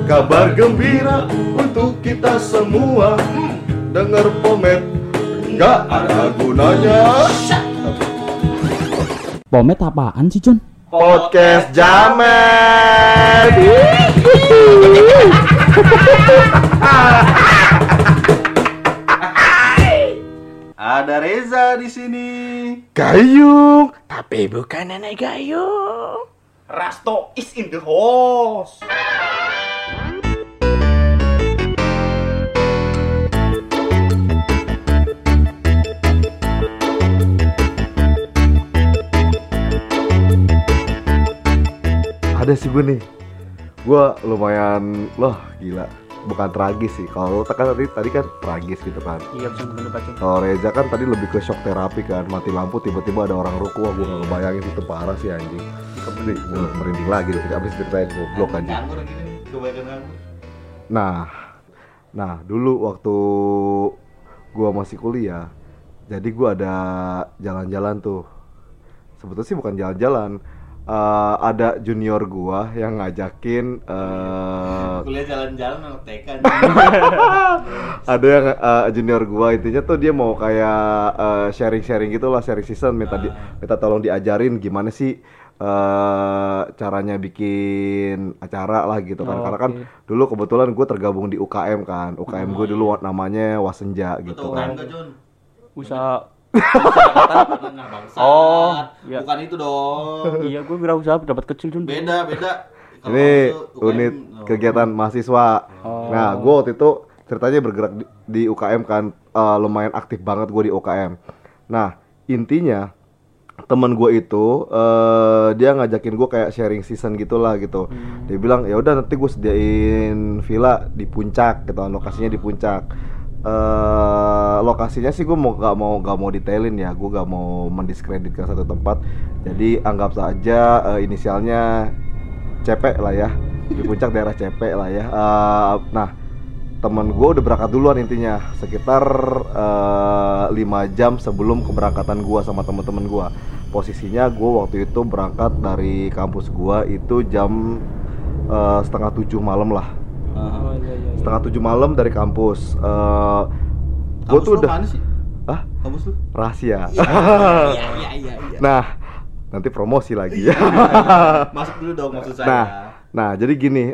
kabar gembira untuk kita semua. Dengar Pomet, nggak ada gunanya. Pomet apaan sih, Jun? Podcast Jamet. Ada Reza di sini. Gayung, tapi bukan nenek Gayung. Rasto is in the house. Ada sih gue nih. Gue lumayan, loh gila. Bukan tragis sih. Kalau lo kan tadi kan tragis gitu kan. Iya, bener Pak Jun. Kalau Reza kan tadi lebih ke shock terapi kan. Mati lampu tiba-tiba ada orang ruku. Wah, gue gak ngebayangin itu parah sih anjing. Nih, gue merinding lagi deh. Abis ceritain goblok anjing. Nganggur gini, kebanyakan nganggur. Nah, dulu waktu gue masih kuliah, jadi gue ada jalan-jalan tuh. Sebetulnya sih bukan jalan-jalan. Ada junior gua yang ngajakin Kuliah jalan-jalan sama TK. ada yang junior gua, intinya tuh dia mau kayak sharing-sharing gitu lah, sharing season, minta tolong diajarin gimana sih caranya bikin acara lah gitu kan. Karena kan dulu kebetulan gue tergabung di UKM kan. UKM gue dulu namanya Wasenja gitu kan. Enggak, Jun. Usaha. Menengah bangsa. Oh, iya. Bukan itu dong. Iya, gue wirausaha dapat kecil, Jun. Beda. Kalau Ini itu UKM, unit kegiatan mahasiswa. Nah, gue waktu itu ceritanya bergerak di UKM kan, lumayan aktif banget gue di UKM. Nah, intinya temen gue itu dia ngajakin gue kayak sharing season gitulah gitu. Dia bilang ya udah nanti gue sediain villa di puncak gitu, lokasinya di puncak. Lokasinya sih gue gak mau detailin ya, gue gak mau mendiskreditkan satu tempat. Jadi anggap saja inisialnya CP lah ya, di puncak daerah CP lah ya. Nah, temen gue udah berangkat duluan intinya, sekitar 5 jam sebelum keberangkatan gue sama temen-temen gue. Posisinya gue waktu itu berangkat dari kampus gue itu jam 6:30 malam lah. Setengah 7 malam dari kampus. Gue tuh udah. Mana sih? Hah? Kampus lu? Rahasia. Iya. Nah, nanti promosi lagi ya. Masuk dulu dong maksud saya. Nah, jadi gini.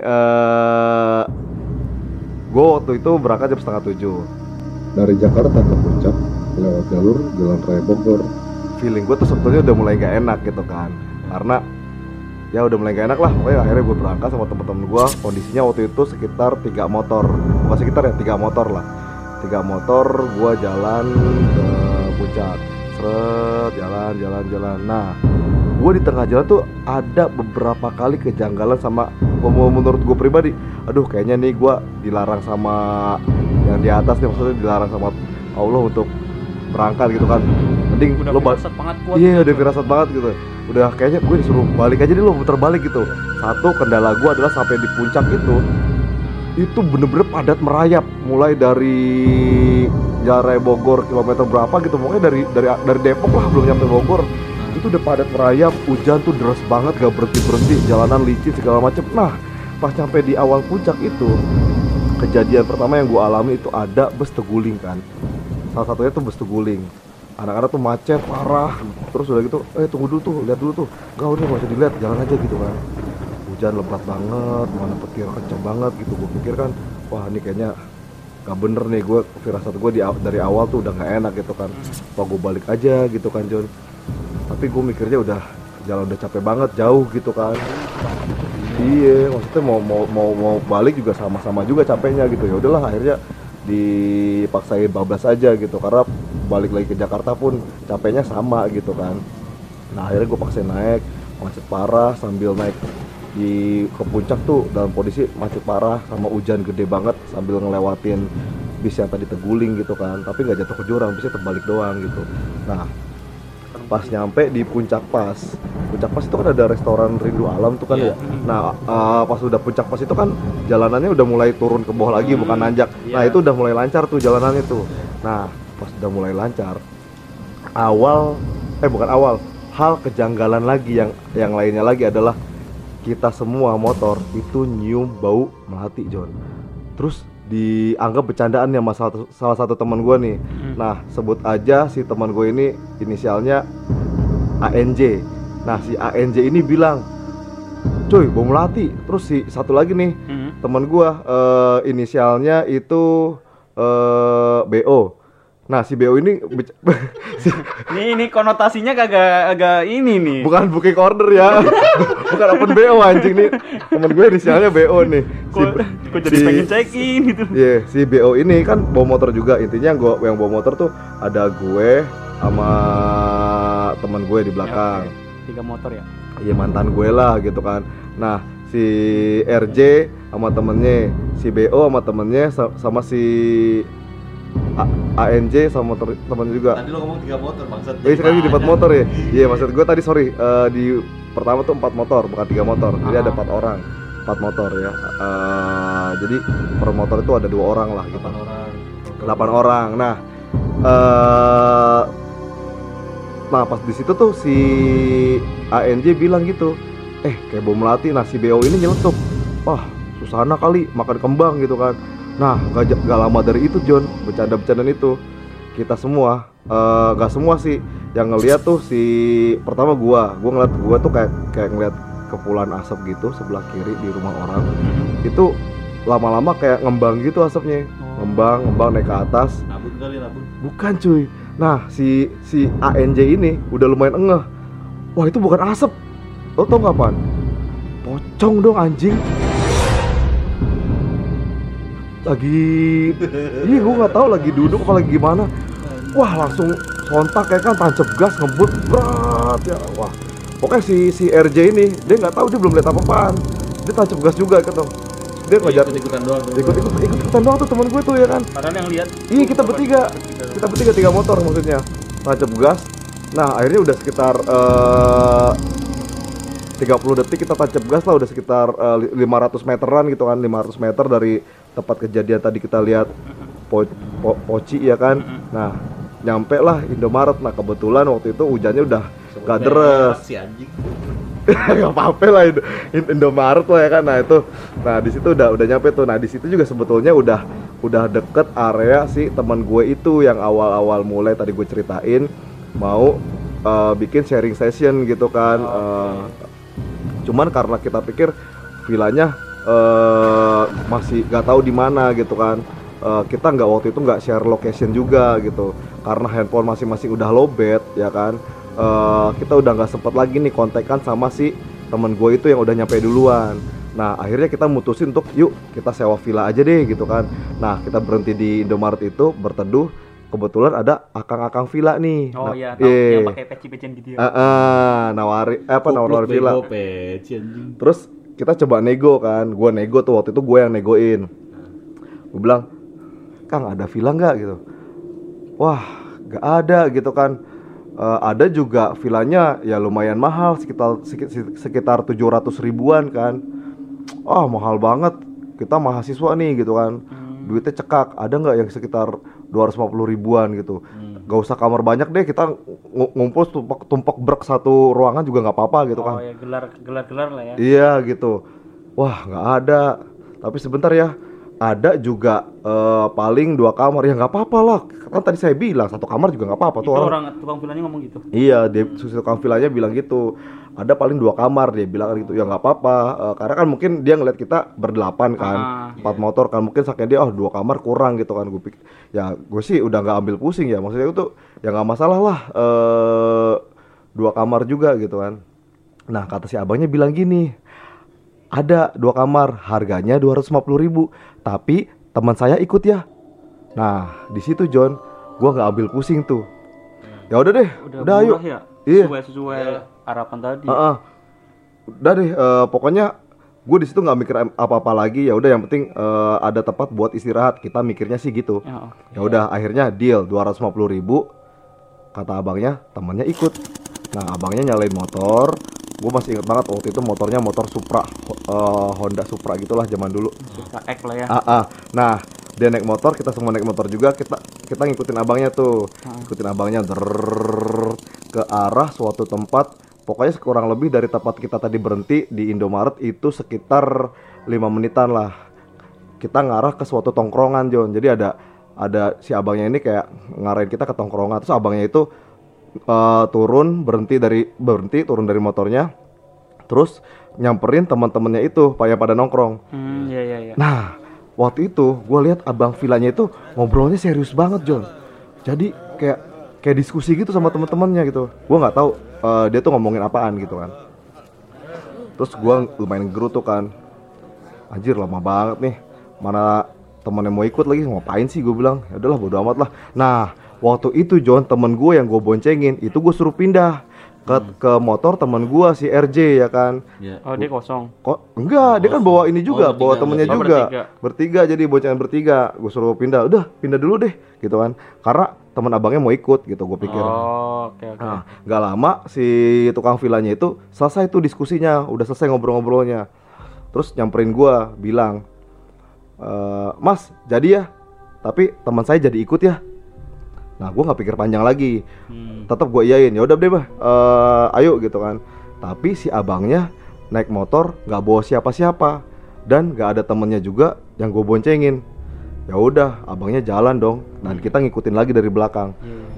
Gue waktu itu berangkat jam 6:30 dari Jakarta ke Puncak lewat jalur Jalan Raya Bogor. Feeling gue tuh sebetulnya udah mulai gak enak gitu kan, karena ya udah mulai gak enak lah. Pokoknya akhirnya gue berangkat sama temen-temen gue. Kondisinya waktu itu sekitar 3 motor, bukan sekitar ya, 3 motor lah. 3 motor gue jalan ke puncak, seret, jalan. Nah, gue di tengah jalan tuh ada beberapa kali kejanggalan sama menurut gue pribadi. Aduh, kayaknya nih gue dilarang sama yang di atas nih, maksudnya dilarang sama Allah untuk berangkat gitu kan. Mending Udah lo firasat banget kuat. Iya, udah firasat banget gitu. Udah kayaknya gue disuruh balik aja deh, lo muter balik gitu. Satu kendala gue adalah sampai di puncak itu bener-bener padat merayap, mulai dari Jalan Raya Bogor kilometer berapa gitu, pokoknya dari Depok lah, belum nyampe Bogor. Itu udah padat merayap, hujan tuh deras banget, gak berhenti, jalanan licin segala macem. Nah, pas sampai di awal puncak itu, kejadian pertama yang gue alami itu ada bus terguling kan. Salah satunya tuh bus terguling. Anak-anak tuh macet parah. Terus udah gitu, tunggu dulu tuh, lihat dulu tuh. Gak usah dilihat, jalan aja gitu kan. Hujan lebat banget, mana petir kenceng banget gitu. Gue pikir kan, wah ini kayaknya gak bener nih, gue firasat gue dari awal tuh udah gak enak gitu kan. Apa gue balik aja gitu kan, John. Tapi gue mikirnya udah jalan udah capek banget, jauh gitu kan. Iya, maksudnya mau balik juga sama-sama juga capeknya gitu. Ya udahlah, akhirnya dipaksain bablas aja gitu, karena balik lagi ke Jakarta pun capeknya sama gitu kan. Nah, akhirnya gue paksain naik, macet parah. Sambil naik ke puncak tuh dalam kondisi macet parah sama hujan gede banget, sambil ngelewatin bis yang tadi terguling gitu kan, tapi nggak jatuh ke jurang, bisnya terbalik doang gitu. Nah, pas nyampe di puncak pas itu kan ada restoran Rindu Alam tuh kan ya. Nah, pas udah puncak pas itu kan jalanannya udah mulai turun ke bawah lagi, bukan nanjak. Nah, itu udah mulai lancar tuh jalanannya tuh. Nah, pas udah mulai lancar, hal kejanggalan lagi yang lainnya lagi adalah kita semua motor itu nyium bau melati, John. Terus dianggap bercandaan ya sama salah satu teman gue nih. Nah, sebut aja si teman gue ini inisialnya ANJ. Nah, si ANJ ini bilang, "Coy, bau melati." Terus si satu lagi nih, teman gue inisialnya itu BO. Nah, si BO ini Ini konotasinya kagak agak ini nih. bukan booking order ya. Bukan open BO anjing nih. Temen gue inisialnya BO nih. Kok jadi pengen check in gitu. Iya, si BO ini kan bawa motor juga. Intinya gua yang bawa motor tuh ada gue sama teman gue di belakang. Ya, oke. 3 motor ya. Iya, mantan gue lah gitu kan. Nah, si RJ sama temennya, si BO sama temennya sama si ANJ sama temennya juga. Tadi lo ngomong 3 motor bangsat. Sekarang di 4 motor ya. Iya, maksud gue tadi sorry di pertama tuh 4 motor bukan 3 motor. Jadi ada 4 orang. 4 motor ya. Jadi per motor itu ada 2 orang lah gitu. 8 orang. Nah, nah pas di situ tuh si ANJ bilang gitu, kayak bom melati. Nah, si BO ini nyeletuk, wah Susana kali makan kembang gitu kan. Nah, gak lama dari itu John, bercanda-bercandaan itu kita semua, gak semua sih yang ngeliat tuh si pertama gua ngeliat gua tuh kayak ngeliat kepulan asap gitu sebelah kiri di rumah orang. Itu lama-lama kayak ngembang gitu asapnya, ngembang naik ke atas. Rambut kali rambut. Bukan cuy. Nah, si ANJ ini udah lumayan engeh. Wah, itu bukan asap. Lo tau gak apaan? Pocong dong anjing. Lagi gue nggak tahu lagi duduk apa lagi gimana. Wah, langsung sontak kayak kan tancap gas ngebut berat ya. Wah, pokoknya si RJ ini dia nggak tahu, dia belum lihat apa-apaan. Dia tancap gas juga gitu. Dia ngajar Ikut-ikutan doang. ikut-ikutan doang tuh teman gue tuh ya kan. Padahal yang lihat Iya, kita bertiga 3 motor maksudnya tancap gas. Nah, akhirnya udah sekitar 30 detik kita tancap gas lah, udah sekitar 500 meteran gitu kan, 500 meter dari tempat kejadian tadi kita lihat Poci ya kan. Nah, nyampe lah Indomaret. Nah, kebetulan waktu itu hujannya udah gak deres. Si anjing. Gak apa-apa lah Indomaret lah ya kan. Nah, itu, nah di situ udah nyampe tuh. Nah, di situ juga sebetulnya udah deket area si teman gue itu yang awal-awal mulai tadi gue ceritain mau bikin sharing session gitu kan. Cuman karena kita pikir villanya masih nggak tahu di mana gitu kan, kita waktu itu nggak share location juga gitu karena handphone masing-masing udah lowbat ya kan. Kita udah nggak sempet lagi nih kontekan sama si temen gue itu yang udah nyampe duluan. Nah, akhirnya kita mutusin untuk yuk kita sewa villa aja deh gitu kan. Nah, kita berhenti di Indomaret itu berteduh. Kebetulan ada akang-akang villa nih. Oh iya, yang pakai peci-pecian gitu ya. Nawari villa. Peci anjing. Terus kita coba nego kan, gue nego tuh waktu itu gue yang negoin. Gue bilang, "Kang, ada villa nggak?" gitu. Wah, nggak ada gitu kan. Ada juga villanya ya lumayan mahal, sekitar 700 ribuan kan. Oh, mahal banget. Kita mahasiswa nih gitu kan. Duitnya cekak. Ada nggak yang sekitar 250 ribuan gitu. Gak usah kamar banyak deh, kita ngumpul tumpuk brek satu ruangan juga nggak apa-apa gitu kan. Oh ya, gelar lah ya. Iya gitu. Wah, nggak ada. Tapi sebentar ya, ada juga paling 2 kamar. Ya nggak apa-apa lah. Kan tadi saya bilang 1 kamar juga nggak apa-apa tuh orang tukang villanya ngomong gitu. Iya, dia tukang villanya bilang gitu. Ada paling 2 kamar, dia bilang gitu. Ya nggak apa-apa. Karena kan mungkin dia ngeliat kita berdelapan kan, 4 motor kan. Mungkin sakit dia, 2 kamar kurang gitu kan. Gue pikir, ya gue sih udah nggak ambil pusing ya. Maksudnya itu ya nggak masalah lah. 2 kamar juga gitu kan. Nah, kata si abangnya bilang gini, ada 2 kamar, harganya 250 ribu, tapi teman saya ikut ya. Nah, di situ John, gua nggak ambil pusing tuh. Ya udah deh, udah ayo. Ya? Iya. Sesuai harapan tadi. Udah deh, pokoknya gue di situ nggak mikir apa-apa lagi. Ya udah, yang penting ada tempat buat istirahat. Kita mikirnya sih gitu. Ya udah, akhirnya deal 250 ribu. Kata abangnya, temannya ikut. Nah, abangnya nyalain motor. Gue masih inget banget waktu itu motornya motor Supra, Honda Supra gitulah zaman dulu. Supra X lah ya. Nah, dia naik motor, kita semua naik motor juga. Kita ngikutin abangnya tuh, ikutin abangnya ke arah suatu tempat Pokoknya kurang lebih dari tempat kita tadi berhenti di Indomaret itu sekitar 5 menitan lah. Kita ngarah ke suatu tongkrongan, John. Jadi ada si abangnya ini kayak ngarahin kita ke tongkrongan. Terus abangnya itu turun dari motornya, terus nyamperin teman-temannya itu pada nongkrong. Iya. Nah, waktu itu gue lihat abang villanya itu ngobrolnya serius banget, John. Jadi kayak diskusi gitu sama teman-temannya gitu. Gue nggak tahu dia tuh ngomongin apaan gitu kan. Terus gue lumayan gerutu kan. Anjir, lama banget nih. Mana temennya mau ikut lagi, ngapain sih, gue bilang. Ya udahlah, bodo amat lah. Nah, waktu itu John, temen gue yang gue boncengin itu gue suruh pindah ke motor temen gue si RJ ya kan. Oh, dia kosong. Kok enggak, dia kan bawa ini juga, bawa temennya juga. Bertiga, jadi boncengan bertiga. Gue suruh pindah, udah pindah dulu deh gitu kan. Karena teman abangnya mau ikut gitu, gue pikir. Oh, oke. Nah, gak lama si tukang villanya itu selesai tuh diskusinya, udah selesai ngobrol-ngobrolnya. Terus nyamperin gue, bilang, Mas, jadi ya, tapi teman saya jadi ikut ya. Nah, gue nggak pikir panjang lagi, tetap gue iyain. Ya udah deh, ayo gitu kan. Tapi si abangnya naik motor nggak bawa siapa-siapa dan nggak ada temennya juga yang gue boncengin. Ya udah, abangnya jalan dong, dan kita ngikutin lagi dari belakang.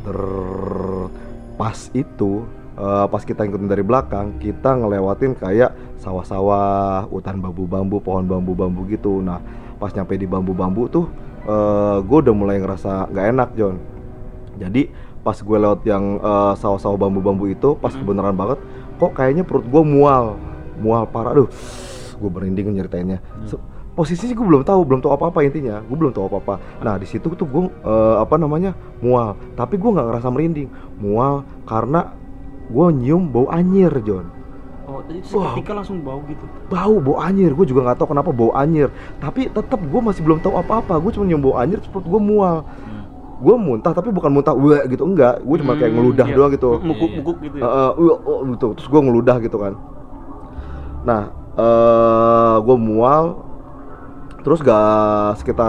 Pas itu, pas kita ngikutin dari belakang, kita ngelewatin kayak sawah-sawah, hutan bambu-bambu, pohon bambu-bambu gitu. Nah, pas nyampe di bambu-bambu tuh, gue udah mulai ngerasa nggak enak, John. Jadi pas gue lewat yang sawah-sawah bambu-bambu itu, pas kebenaran banget, kok kayaknya perut gue mual parah. Aduh, gue merinding nyeritainnya. Posisinya gue belum tahu apa-apa intinya, gue belum tahu apa-apa. Nah di situ tuh gue mual, tapi gue nggak ngerasa merinding, mual karena gue nyium bau anyir, John. Oh, tadi seketika langsung bau gitu. Bau anyir, gue juga nggak tahu kenapa bau anyir, tapi tetap gue masih belum tahu apa-apa. Gue cuma nyium bau anyir, perut gue mual. Gue muntah tapi bukan muntah wah gitu, enggak, gue cuma kayak ngeludah doang gitu, mukuk gitu ya. Gitu. Terus gue ngeludah gitu kan. Nah, gue mual. Terus gak sekitar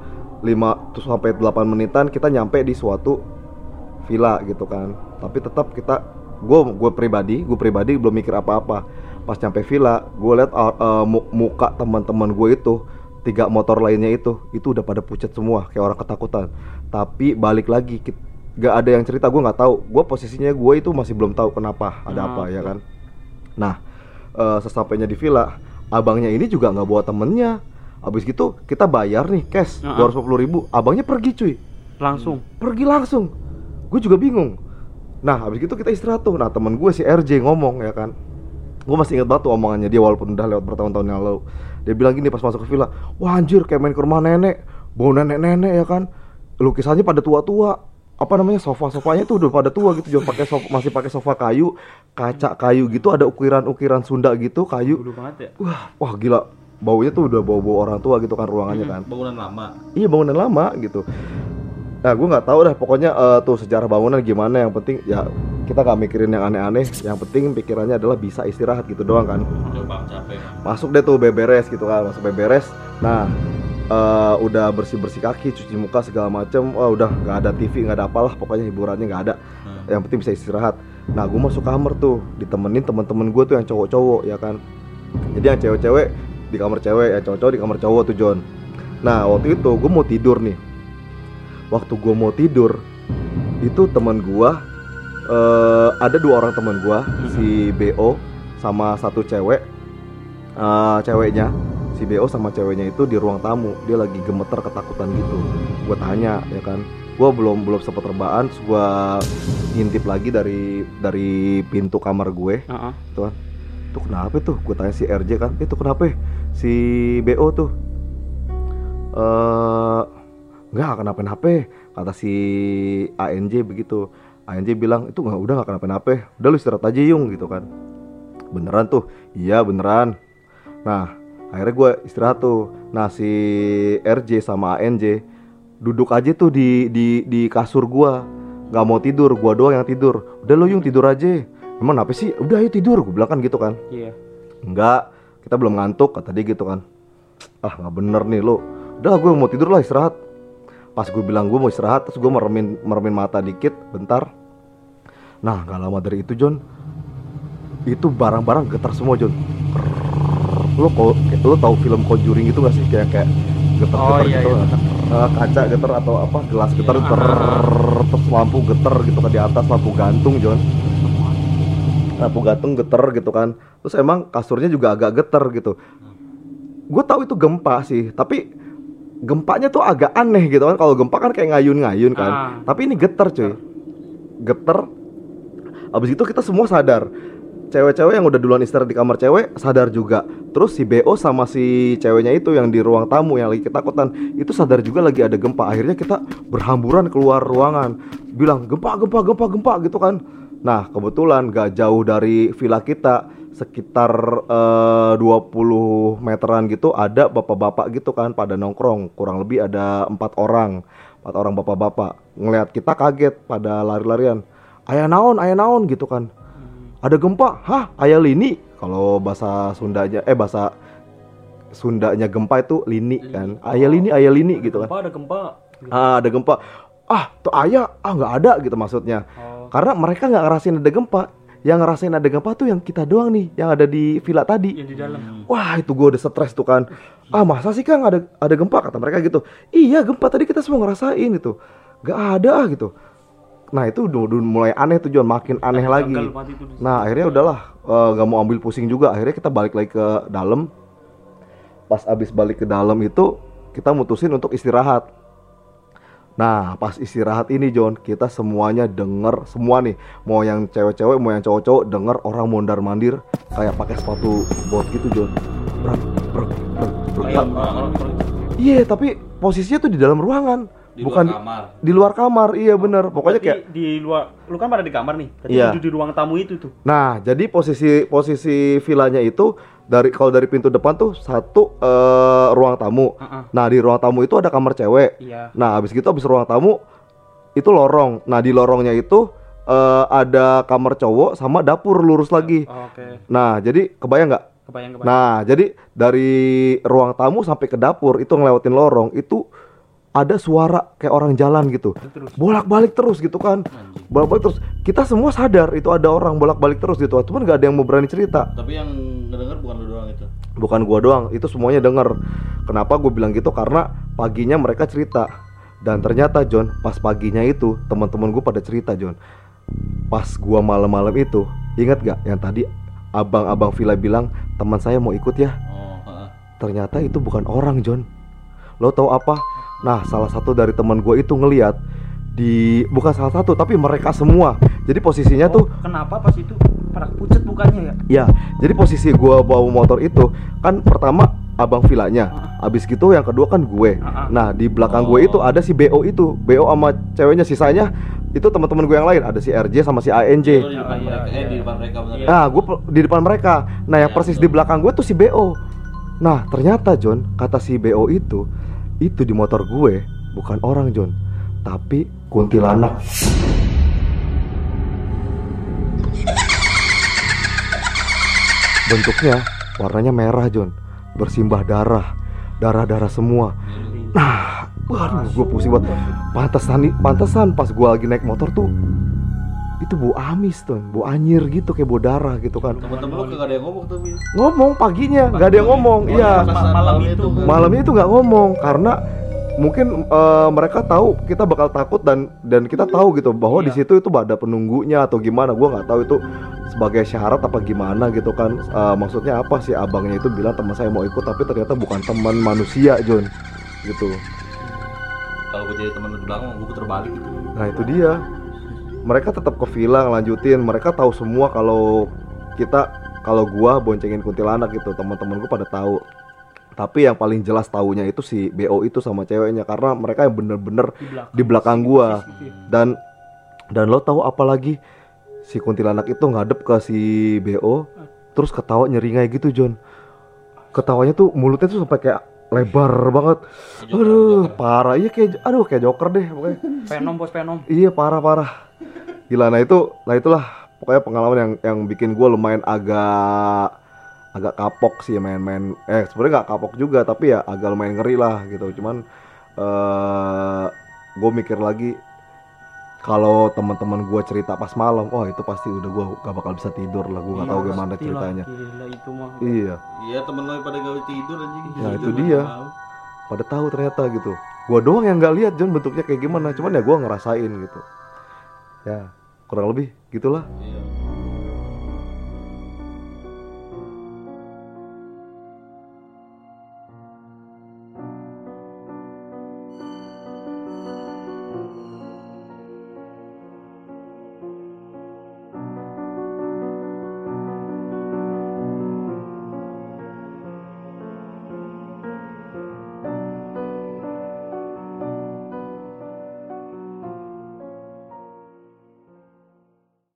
5 sampai 8 menitan kita nyampe di suatu villa gitu kan. Tapi tetap gue pribadi belum mikir apa-apa. Pas nyampe villa, gue liat muka teman-teman gue itu, 3 motor lainnya itu udah pada pucat semua kayak orang ketakutan. Tapi balik lagi, gak ada yang cerita, gue nggak tahu. Gue posisinya gue itu masih belum tahu kenapa ada apa ya kan. Nah, sesampainya di villa, abangnya ini juga nggak bawa temennya. Abis gitu kita bayar nih cash 250.000, abangnya pergi cuy. Pergi langsung. Gue juga bingung. Nah abis gitu kita istirahat tuh. Nah temen gue si RJ ngomong ya kan. Gue masih ingat banget tuh omongannya dia walaupun udah lewat bertahun-tahun yang lalu. Dia bilang gini pas masuk ke villa, wah anjir kayak main ke rumah nenek, bau nenek-nenek ya kan. Lukisannya pada tua-tua. Apa namanya, sofa-sofanya tuh udah pada tua gitu. Masih pakai sofa kayu, kaca kayu gitu, ada ukiran-ukiran Sunda gitu, kayu. Dulu banget ya. Wah gila. Baunya tuh udah bau-bau orang tua gitu kan ruangannya kan. Bangunan lama. Iya, bangunan lama gitu. Nah gue nggak tahu dah pokoknya tuh sejarah bangunan gimana. Yang penting ya kita nggak mikirin yang aneh-aneh. Yang penting pikirannya adalah bisa istirahat gitu doang kan. Coba capek. Masuk deh tuh beberes gitu kan, masuk beberes. Nah udah bersih-bersih kaki, cuci muka segala macem. Udah nggak ada TV, nggak ada apalah, pokoknya hiburannya nggak ada. Yang penting bisa istirahat. Nah gue masuk kamar tuh ditemenin teman-teman gue tuh yang cowok-cowok ya kan. Jadi yang cewek-cewek di kamar cewek, ya cowok-cowok di kamar cowok tuh John. Nah waktu itu gue mau tidur nih. Waktu gue mau tidur itu teman gue ada 2 orang teman gue, si BO sama satu cewek. Ceweknya si BO sama ceweknya itu di ruang tamu, dia lagi gemeter ketakutan gitu. Gue tanya ya kan, gue belum sempat rebahan, terus gue ngintip lagi dari pintu kamar gue. Tuh kan, tuh kenapa tuh? Gue tanya si RJ kan, itu kenapa? Si BO tuh nggak kenapa-napa, kata si ANJ begitu. ANJ bilang itu udah nggak kenapa-napa, udah lu istirahat aja Yung gitu kan. Beneran tuh? Iya beneran. Nah akhirnya gue istirahat tuh. Nah si RJ sama ANJ duduk aja tuh di kasur gue, nggak mau tidur, gue doang yang tidur. Udah lu Yung tidur aja. Emang kenapa sih? Udah ayo tidur, gue bilang kan gitu kan. Iya. Enggak, kita belum ngantuk, kata dia gitu kan. Ah nggak bener nih lo. Udah gue mau tidur lah, istirahat. Pas gue bilang gue mau istirahat, terus gue meremin mata dikit bentar. Nah gak lama dari itu John, itu barang-barang getar semua John. Lo tahu film Conjuring itu nggak sih, kayak getar-getar iya, gitu, iya. kaca getar atau apa gelas getar, Iya. terus lampu getar gitu kan di atas, lampu gantung John, lampu gantung getar gitu kan, terus emang kasurnya juga agak getar gitu. Gue tahu itu gempa sih, tapi gempanya tuh agak aneh gitu kan. Kalau gempa kan kayak ngayun-ngayun kan, tapi ini getar cuy, getar. Abis itu kita semua sadar. Cewek-cewek yang udah duluan istirahat di kamar cewek sadar juga. Terus si BO sama si ceweknya itu yang di ruang tamu yang lagi ketakutan itu sadar juga lagi ada gempa. Akhirnya kita berhamburan keluar ruangan, bilang gempa gitu kan. Nah kebetulan gak jauh dari villa kita, sekitar 20 meteran gitu, ada bapak-bapak gitu kan pada nongkrong. Kurang lebih ada 4 orang bapak-bapak. Ngelihat kita kaget, pada lari-larian. Aya naon gitu kan. Ada gempa, hah? Aya lini. Kalau bahasa Sundanya gempa itu lini kan. Aya lini gitu kan. Ada gempa. Ada gempa. Tuh aya, nggak ada gitu maksudnya. Karena mereka nggak ngerasain ada gempa. Yang ngerasain ada gempa tuh yang kita doang nih, yang ada di villa tadi. Yang di dalam. Wah, itu gue udah stres tuh kan. Masa sih Kang ada gempa, kata mereka gitu. Iya, gempa tadi kita semua ngerasain itu. Gak ada gitu. Nah itu udah mulai aneh tuh John, makin aneh lagi. Nah akhirnya udahlah, gak mau ambil pusing juga. Akhirnya kita balik lagi ke dalam. Pas abis balik ke dalam itu kita mutusin untuk istirahat. Nah pas istirahat ini John, kita semuanya denger, semua nih, mau yang cewek-cewek mau yang cowok-cowok, denger orang mondar-mandir kayak pakai sepatu bot gitu John. Iya tapi posisinya tuh di dalam ruangan, bukan kamar. Di luar kamar. Iya bener, pokoknya kayak di luar. Lu kan pada di kamar nih. Berarti iya. di ruang tamu itu tuh. Nah jadi posisi villanya itu kalau dari pintu depan tuh satu ruang tamu. Nah di ruang tamu itu ada kamar cewek. Iya. Nah abis ruang tamu itu lorong. Nah di lorongnya itu ada kamar cowok sama dapur lurus lagi. Oke. Nah jadi kebayang nggak? Kebayang. Nah jadi dari ruang tamu sampai ke dapur itu ngelewatin lorong itu ada suara kayak orang jalan gitu, bolak-balik terus gitu kan, bolak-balik terus. Kita semua sadar itu ada orang bolak-balik terus gitu, cuman gak ada yang mau berani cerita. Tapi yang ngedenger bukan lu doang itu? Bukan gua doang, itu semuanya denger. Kenapa gue bilang gitu? Karena paginya mereka cerita. Dan ternyata John, pas paginya itu teman-teman gue pada cerita John, pas gua malam-malam itu, ingat gak yang tadi abang-abang villa bilang teman saya mau ikut ya? Ternyata itu bukan orang John. Lo tahu apa? Nah salah satu dari teman gue itu ngelihat bukan salah satu tapi mereka semua. Jadi posisinya tuh kenapa pas itu pada pucet bukannya ya? Ya jadi posisi gue bawa motor itu kan pertama abang villanya, abis gitu yang kedua kan gue. Nah di belakang gue itu ada si BO itu, BO sama ceweknya, sisanya itu teman-teman gue yang lain, ada si RJ sama si ANJ. Di depan mereka bener. Nah gue di depan mereka. Nah yang persis di belakang gue tuh si BO. Nah ternyata John, kata si BO itu di motor gue bukan orang John, tapi kuntilanak. Bentuknya warnanya merah John, bersimbah darah semua. Nah, waduh, gue pusing banget. Pantesan pas gue lagi naik motor tuh itu bau amis tuh, bau anyir gitu, kayak bau darah gitu kan. Temen-temen lu kagak ada yang ngomong tuh? Ngomong paginya, nggak ada yang ngomong. Iya. Malam itu nggak ngomong karena mungkin mereka tahu kita bakal takut dan kita tahu gitu bahwa di situ itu ada penunggunya atau gimana. Gua nggak tahu itu sebagai syarat apa gimana gitu kan. Maksudnya apa sih abangnya itu bilang teman saya mau ikut tapi ternyata bukan teman manusia John gitu. Kalau gue jadi temen lu di belakang gue puter balik gitu. Nah itu dia. Mereka tetap ke villa ngelanjutin. Mereka tahu semua kalau gua boncengin kuntilanak gitu. Teman-teman gua pada tahu. Tapi yang paling jelas taunya itu si BO itu sama ceweknya, karena mereka yang bener-bener di belakang gua. Dan lo tahu apa lagi? Si kuntilanak itu ngadep ke si BO, terus ketawa nyeringai gitu John. Ketawanya tuh mulutnya tuh sampai kayak lebar banget. Aduh, parah. Iya kayak Joker deh pokoknya. Venom. Iya, parah. Gila, nah itulah pokoknya pengalaman yang bikin gue lumayan agak kapok sih main-main. Sebenarnya nggak kapok juga, tapi ya agak lumayan ngeri lah gitu. Cuman gue mikir lagi, kalau teman-teman gue cerita pas malam, oh itu pasti udah gue gak bakal bisa tidur lah, gue gak Iya, tahu gimana pastilah, ceritanya. gila itu mah. Iya, Iya temen lo yang pada gak tidur anjing. Ya, Tidur itu nggak dia. mau. pada tahu ternyata gitu. Gue doang yang nggak lihat John bentuknya kayak gimana, cuman ya gue ngerasain gitu. Ya kurang lebih gitulah.